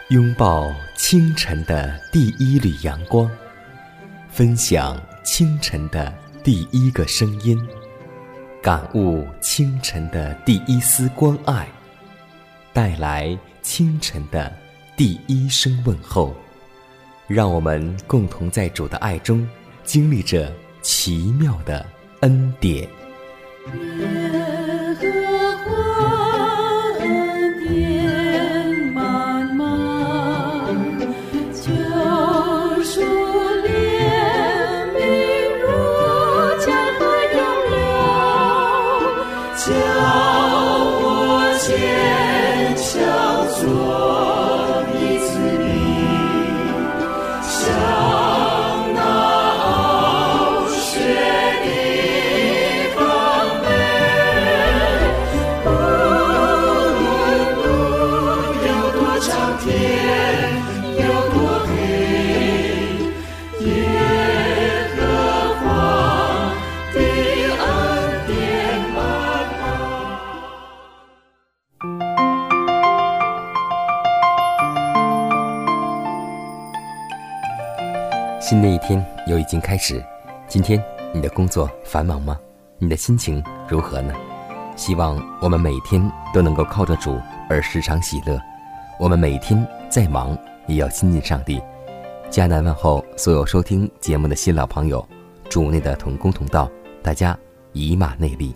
拥抱清晨的第一缕阳光，分享清晨的第一个声音，感悟清晨的第一丝关爱，带来清晨的第一声问候。让我们共同在主的爱中经历着奇妙的恩典。 新的一天又已经开始，今天你的工作繁忙吗？你的心情如何呢？希望我们每天都能够靠着主而时常喜乐。我们每天再忙也要亲近上帝。迦南问候所有收听节目的新老朋友，主内的同工同道，大家以马内利。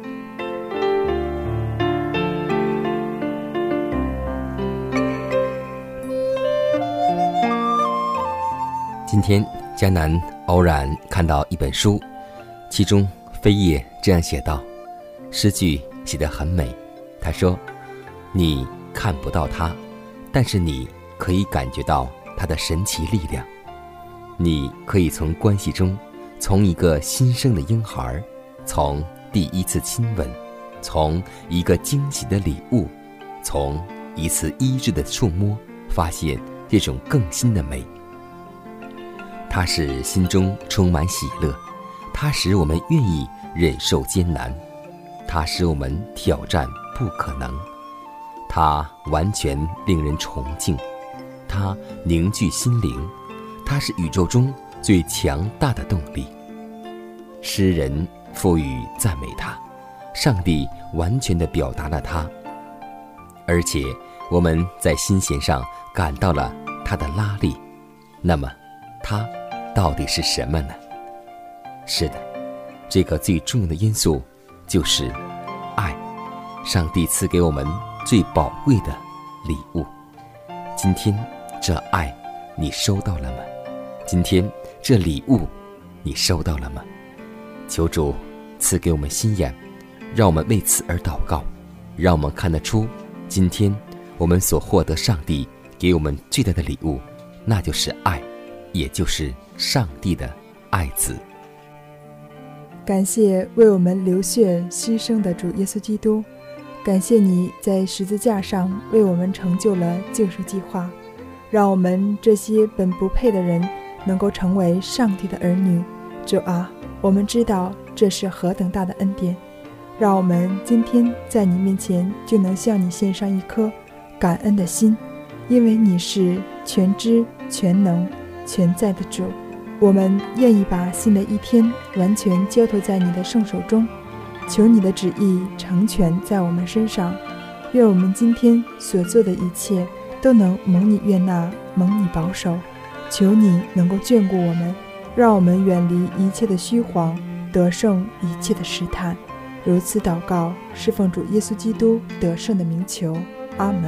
今天迦南偶然看到一本书，其中扉页这样写道，诗句写得很美。他说，你看不到它，但是你可以感觉到它的神奇力量。你可以从关系中，从一个新生的婴孩，从第一次亲吻，从一个惊喜的礼物，从一次医治的触摸，发现这种更新的美。它使心中充满喜乐，它使我们愿意忍受艰难，它使我们挑战不可能，它完全令人崇敬，它凝聚心灵，它是宇宙中最强大的动力。诗人赋予赞美它，上帝完全地表达了它，而且我们在心弦上感到了它的拉力。那么它到底是什么呢？是的，这个最重要的因素就是爱，上帝赐给我们最宝贵的礼物。今天这爱你收到了吗？今天这礼物你收到了吗？求主赐给我们心眼，让我们为此而祷告，让我们看得出今天我们所获得上帝给我们最大的礼物，那就是爱，也就是上帝的爱子。 感谢为我们流血牺牲的主耶稣基督，感谢你在十字架上为我们成就了救赎计划，让我们这些本不配的人能够成为上帝的儿女。主啊，我们知道这是何等大的恩典，让我们今天在你面前就能向你献上一颗感恩的心，因为你是全知全能全在的主。我们愿意把新的一天完全交托在你的圣手中，求你的旨意成全在我们身上。愿我们今天所做的一切都能蒙你悦纳，蒙你保守。求你能够眷顾我们，让我们远离一切的虚谎，得胜一切的试探。如此祷告，是奉主耶稣基督得胜的名求，阿门。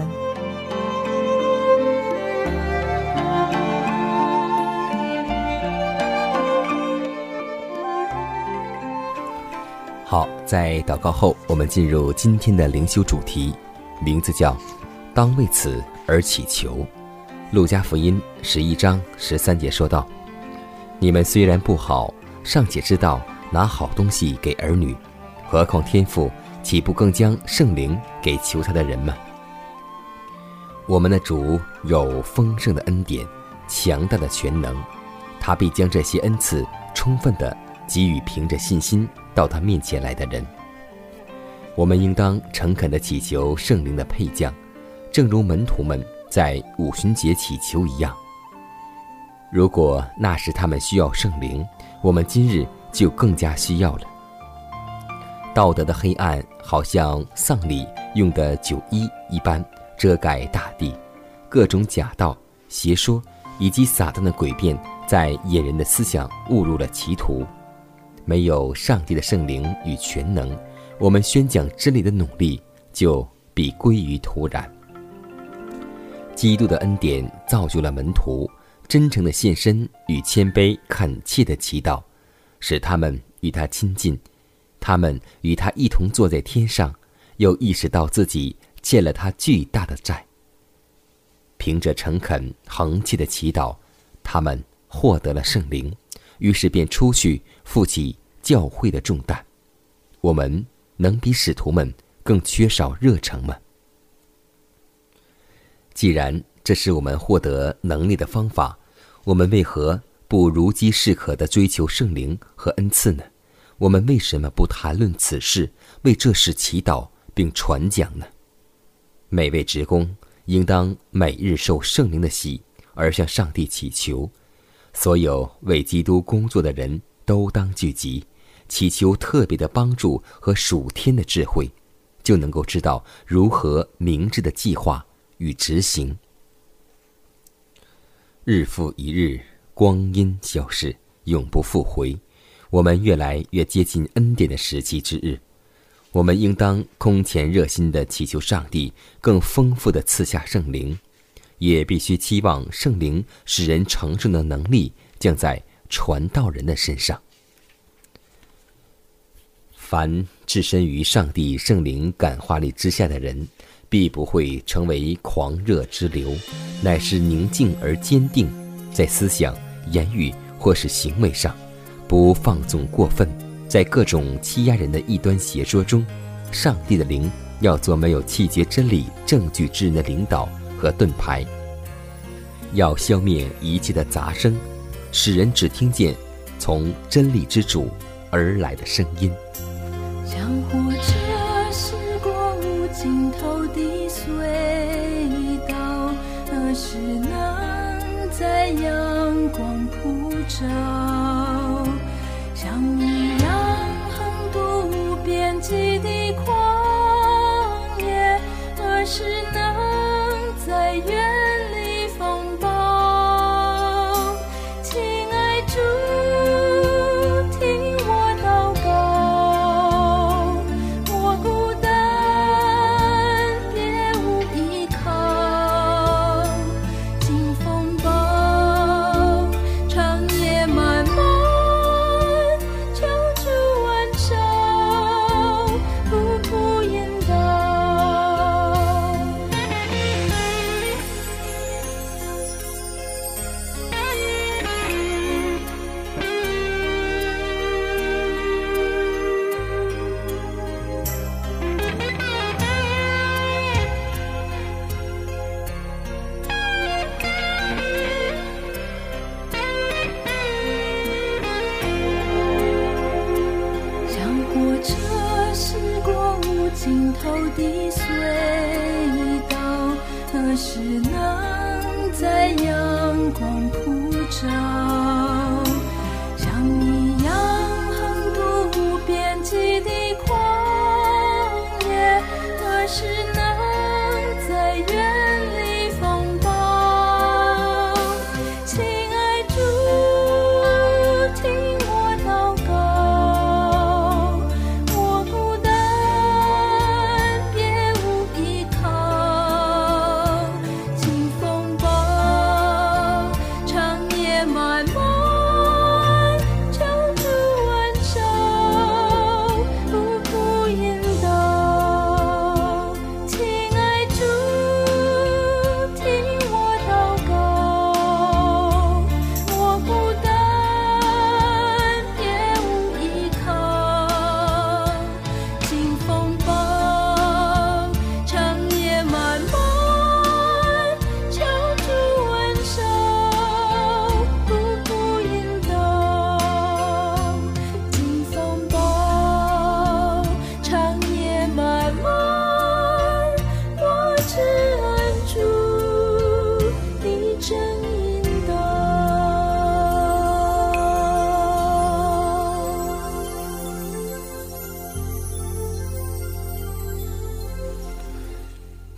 好，在祷告后，我们进入今天的灵修主题，名字叫当为此而祈求。路加福音11章13节说道，你们虽然不好，尚且知道拿好东西给儿女，何况天父岂不更将圣灵给求他的人吗？我们的主有丰盛的恩典，强大的全能，他必将这些恩赐充分地给予凭着信心到他面前来的人。我们应当诚恳地祈求圣灵的配降，正如门徒们在五旬节祈求一样。如果那时他们需要圣灵，我们今日就更加需要了。道德的黑暗好像丧礼用的酒衣一般遮盖大地，各种假道、邪说以及撒旦的诡辩在野人的思想误入了歧途。没有上帝的圣灵与全能，我们宣讲真理的努力就必归于徒然。基督的恩典造就了门徒真诚的献身与谦卑恳切的祈祷，使他们与他亲近，他们与他一同坐在天上，又意识到自己欠了他巨大的债。凭着诚恳恒切的祈祷，他们获得了圣灵，于是便出去负起教会的重担。我们能比使徒们更缺少热诚吗？既然这是我们获得能力的方法，我们为何不如饥适渴地追求圣灵和恩赐呢？我们为什么不谈论此事，为这事祈祷并传讲呢？每位职工应当每日受圣灵的洗，而向上帝祈求。所有为基督工作的人都当聚集，祈求特别的帮助和属天的智慧，就能够知道如何明智的计划与执行。日复一日，光阴消逝，永不复回。我们越来越接近恩典的时期之日，我们应当空前热心地祈求上帝更丰富地赐下圣灵，也必须期望圣灵使人成圣的能力降在传道人的身上。凡置身于上帝圣灵感化力之下的人，必不会成为狂热之流，乃是宁静而坚定，在思想、言语或是行为上不放纵过分。在各种欺压人的异端邪说中，上帝的灵要做没有弃绝真理证据之人的领导和盾牌，要消灭一切的杂声，使人只听见从真理之主而来的声音。 像火车驶过无尽头的隧道，何时能在阳光普照？像一样横渡无边际的旷野，何时能在远离风暴？亲爱主，听我祷告，我孤单，别无依靠。经风暴，长夜漫漫，求主挽手，不顾引导。像火车驶过无尽头的隧道，何时能在阳光普照？像一样横渡无边际的旷野，何时能在远离风暴？亲爱主，听我祷告，我孤单，别无依靠。经风暴，长夜漫漫，求主挽手，不顾引导。亲爱主，听我祷告，我孤单，别无依靠。经风暴，长夜漫漫，求主挽手，不顾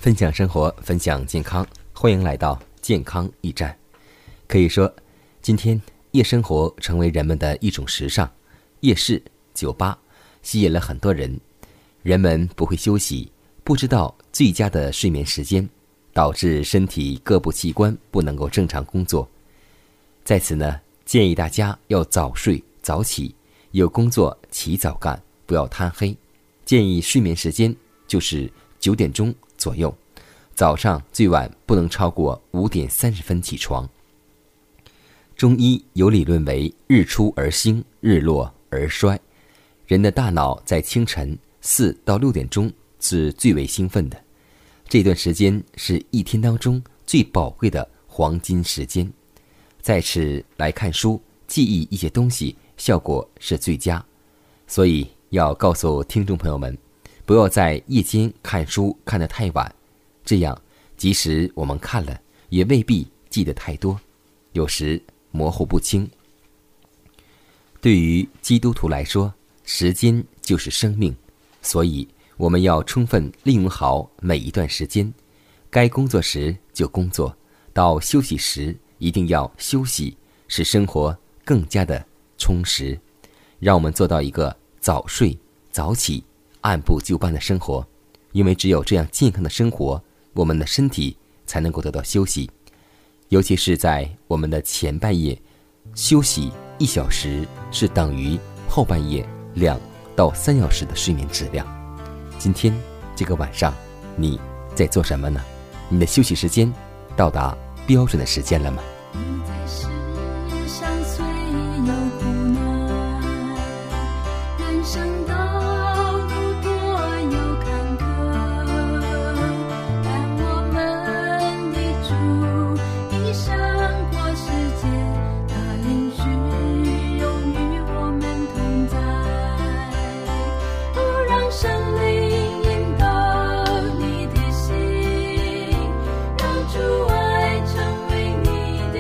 分享生活，分享健康，欢迎来到健康驿站。可以说，今天夜生活成为人们的一种时尚，夜市、酒吧吸引了很多人。人们不会休息，不知道最佳的睡眠时间，导致身体各部器官不能够正常工作。在此呢，建议大家要早睡早起，有工作起早干，不要贪黑。建议睡眠时间就是9点钟左右，早上最晚不能超过5点30分起床。中医有理论为日出而兴，日落而衰。人的大脑在清晨4到6点钟是最为兴奋的，这段时间是一天当中最宝贵的黄金时间，在此来看书记忆一些东西效果是最佳。所以要告诉听众朋友们，不要在夜间看书看得太晚，这样即使我们看了也未必记得太多，有时模糊不清。对于基督徒来说，时间就是生命，所以我们要充分利用好每一段时间，该工作时就工作，到休息时一定要休息，使生活更加的充实。让我们做到一个早睡早起按部就班的生活，因为只有这样健康的生活，我们的身体才能够得到休息。尤其是在我们的前半夜休息1小时，是等于后半夜2到3小时的睡眠质量。今天这个晚上你在做什么呢？你的休息时间到达标准的时间了吗？ 你在世上虽有苦难，人生道路多有坎坷，但我们的主已胜过世界，他应许永与我们同在。不让神灵引导你的心，让主爱成为你的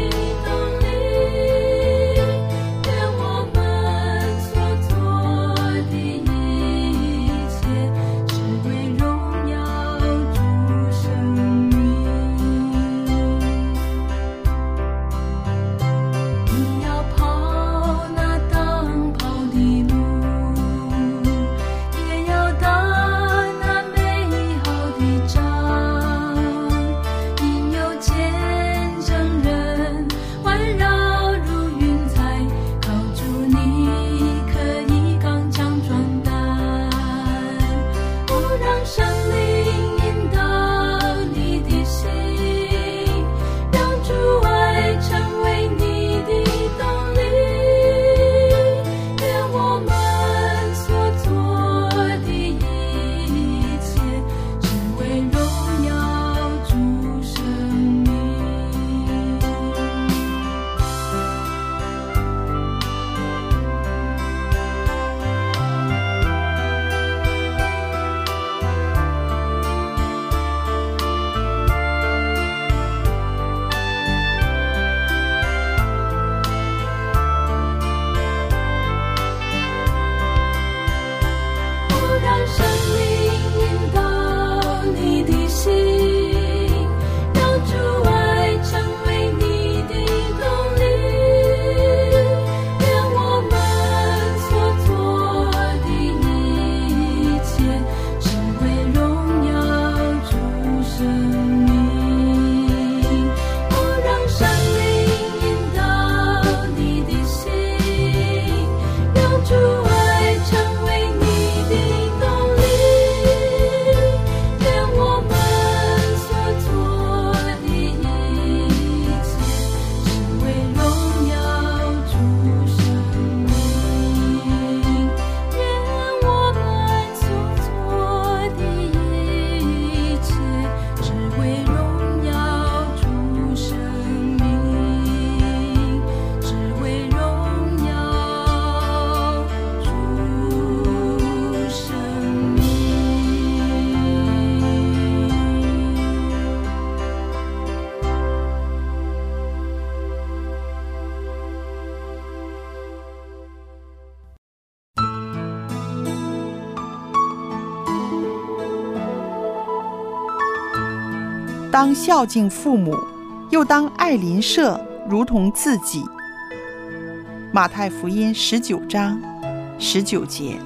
当孝敬父母，又当爱邻舍如同自己。马太福音19章19节。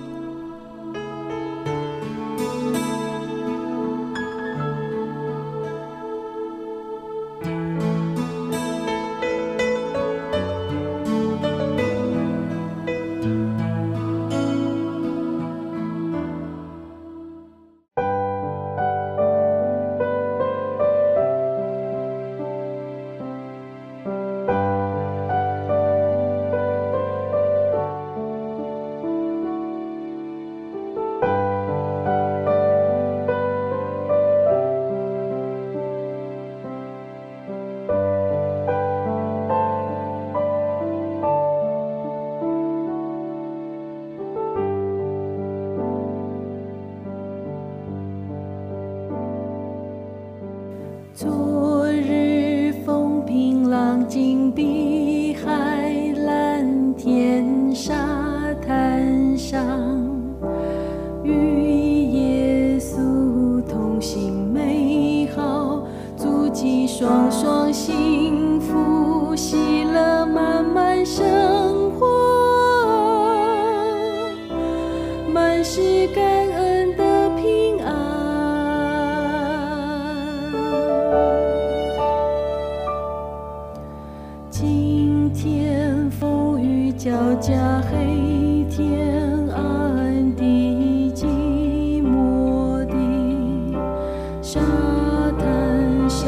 昨日风平浪静，碧海蓝天，沙滩上与耶稣同行美好，足迹双双幸福，喜乐满满生活，满是感恩的平安。今天风雨交加，黑天暗地，寂寞的沙滩上，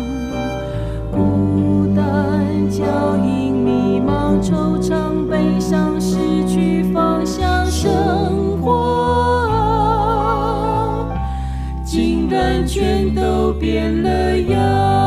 孤单脚印，迷茫惆怅，悲伤，失去方向，生活竟然全都变了样。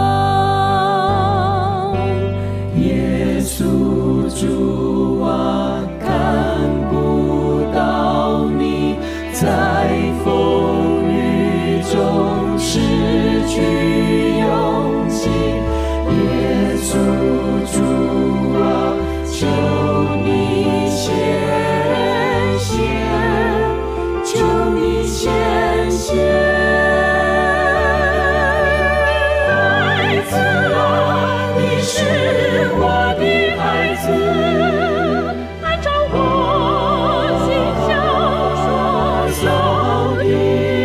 主啊，看不到你在风雨中失去勇气，耶稣主啊，求你显现，求你显现。孩子啊，你是我的孩子，按照我心想说走的，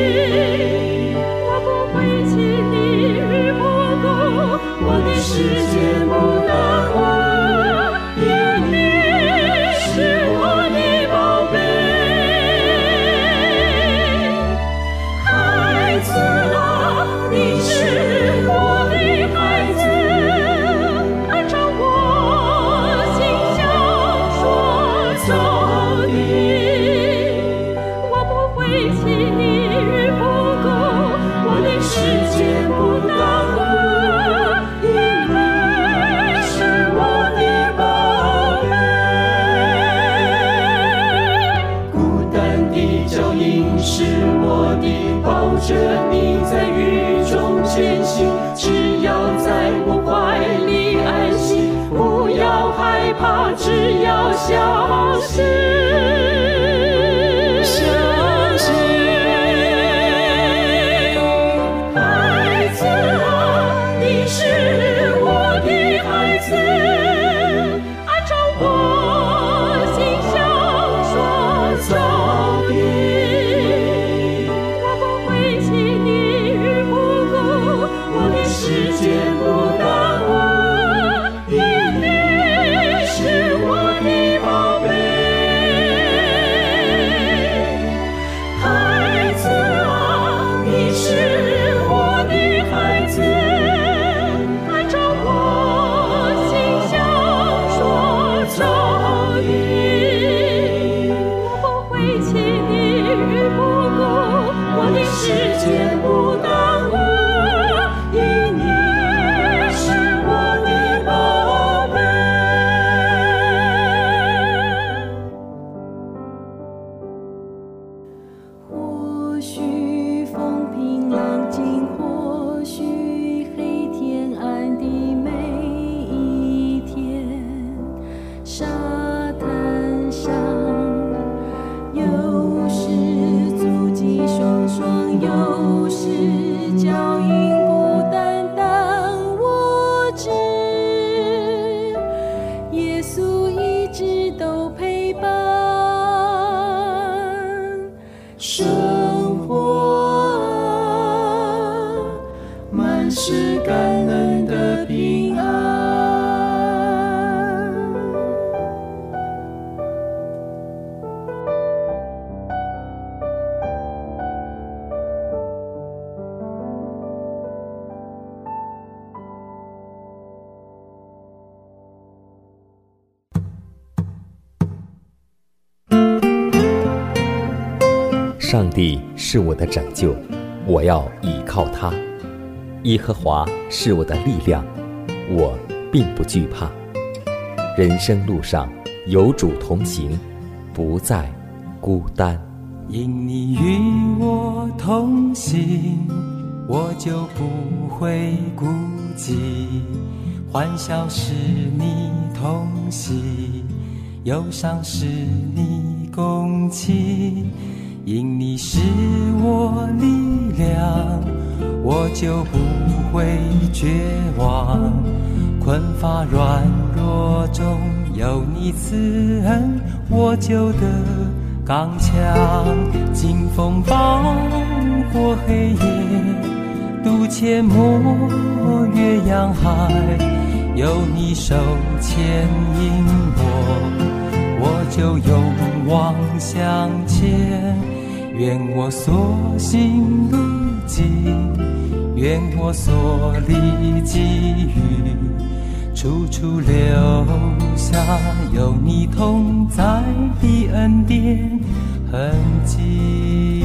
我不会弃你于不顾，我的时间不耽误，因你是我的宝贝。孩子啊，你是我的孩子，按照我心想说走的，我不会弃你于不顾，我的时间不耽误，因你是我的宝贝。孤单的脚印是我的抱着你在雨中前行，只要在我怀里安息，不要害怕，只要相信，相信。孩子啊，你是我的孩子，按照我心想说走的，我不会弃你于不顾，我的时间不耽误，因你是我的宝贝。 稣一直都陪伴。 生活满是感恩的平安。 上帝是我的拯救，我要倚靠他。耶和华是我的力量，我并不惧怕。人生路上有主同行，不再孤单。 因你与我同行，我就不会孤寂。欢笑是你同喜，忧伤是你共泣。因你是我力量，我就不会绝望。困乏软弱中有你慈恩，我就得刚强。经风暴或黑夜，渡阡陌越洋海，有你手牵引我就勇往向前。愿我所行路径，愿我所历际遇，处处留下有你同在的恩典痕迹。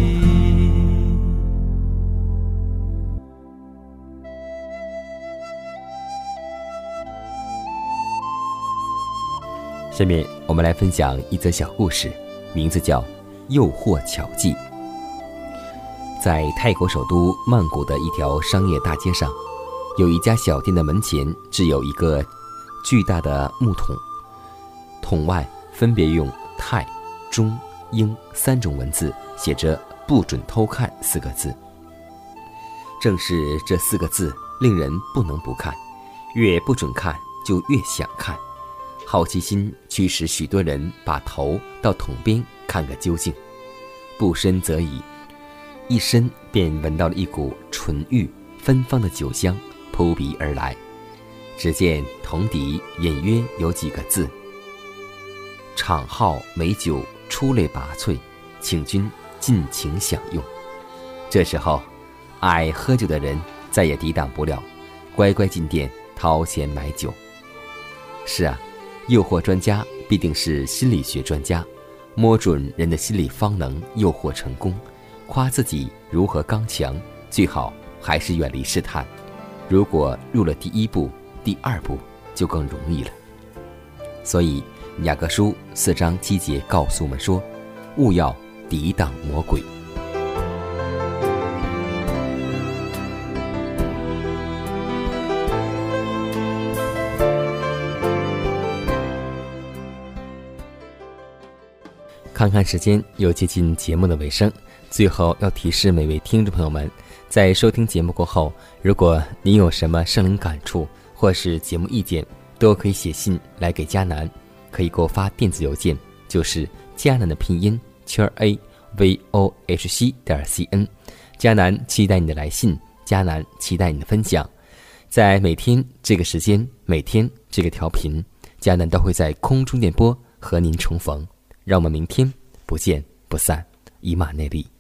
下面我们来分享一则小故事，名字叫诱惑巧计。在泰国首都曼谷的一条商业大街上，有一家小店的门前置有一个巨大的木桶，桶外分别用泰、中、英3种文字写着不准偷看4个字。正是这4个字令人不能不看，越不准看就越想看。好奇心驱使许多人把头到桶边看个究竟，不深则已，一伸便闻到了一股醇郁芬芳的酒香扑鼻而来。只见桶底隐约有几个字：场号美酒出类拔萃，请君尽情享用。这时候爱喝酒的人再也抵挡不了，乖乖进店掏钱买酒。是啊，诱惑专家必定是心理学专家，摸准人的心理方能诱惑成功。夸自己如何刚强，最好还是远离试探。如果入了第1步、第2步就更容易了。所以雅各书4章7节告诉我们说，务要抵挡魔鬼。看看时间，又接近节目的尾声，最后要提示每位听众朋友们，在收听节目过后，如果您有什么圣灵感触或是节目意见，都可以写信来给迦南，可以给我发电子邮件，就是迦南的拼音@avohc.cn。迦南期待你的来信，迦南期待你的分享。在每天这个时间，每天这个调频，迦南都会在空中电波和您重逢。让我们明天不见不散，以马内利。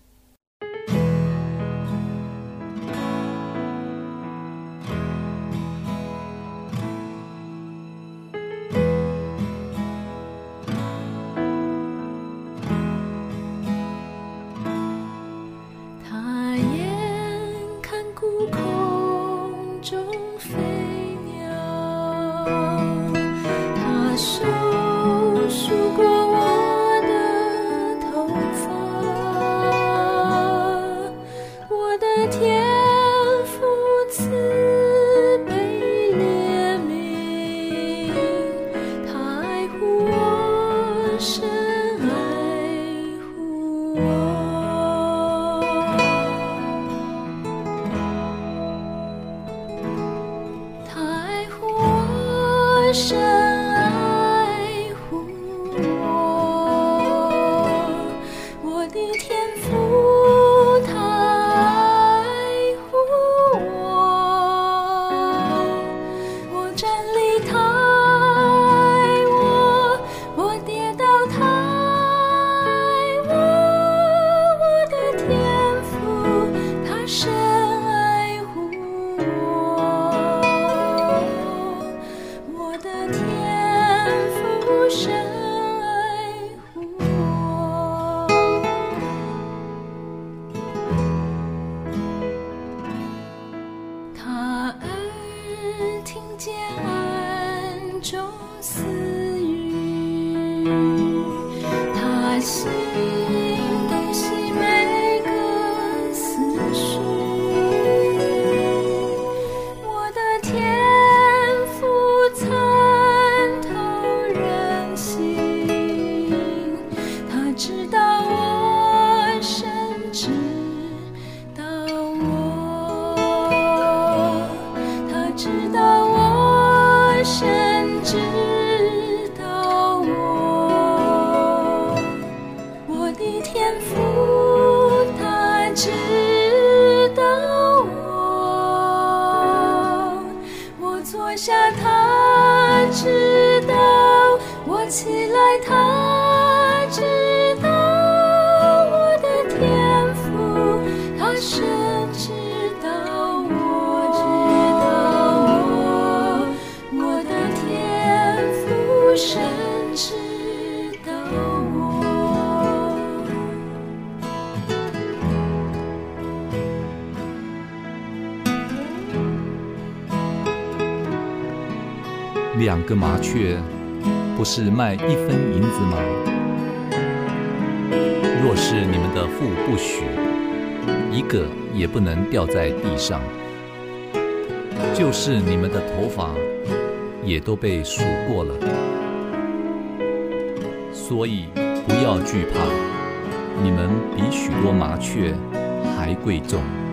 他眼看顾空中飞鸟，他手数过我深爱他心洞悉每个思绪。我的天父参透人心，他知道我，深知道我，他知道我，深知道我。我的天父他知道我，我坐下他知道，我起来他知道。我的天父他深知道我，我的天父深知道我。 2个麻雀不是卖1分银子吗？若是你们的父不许，1个也不能掉在地上。就是你们的头发也都被数过了，所以不要惧怕，你们比许多麻雀还贵重。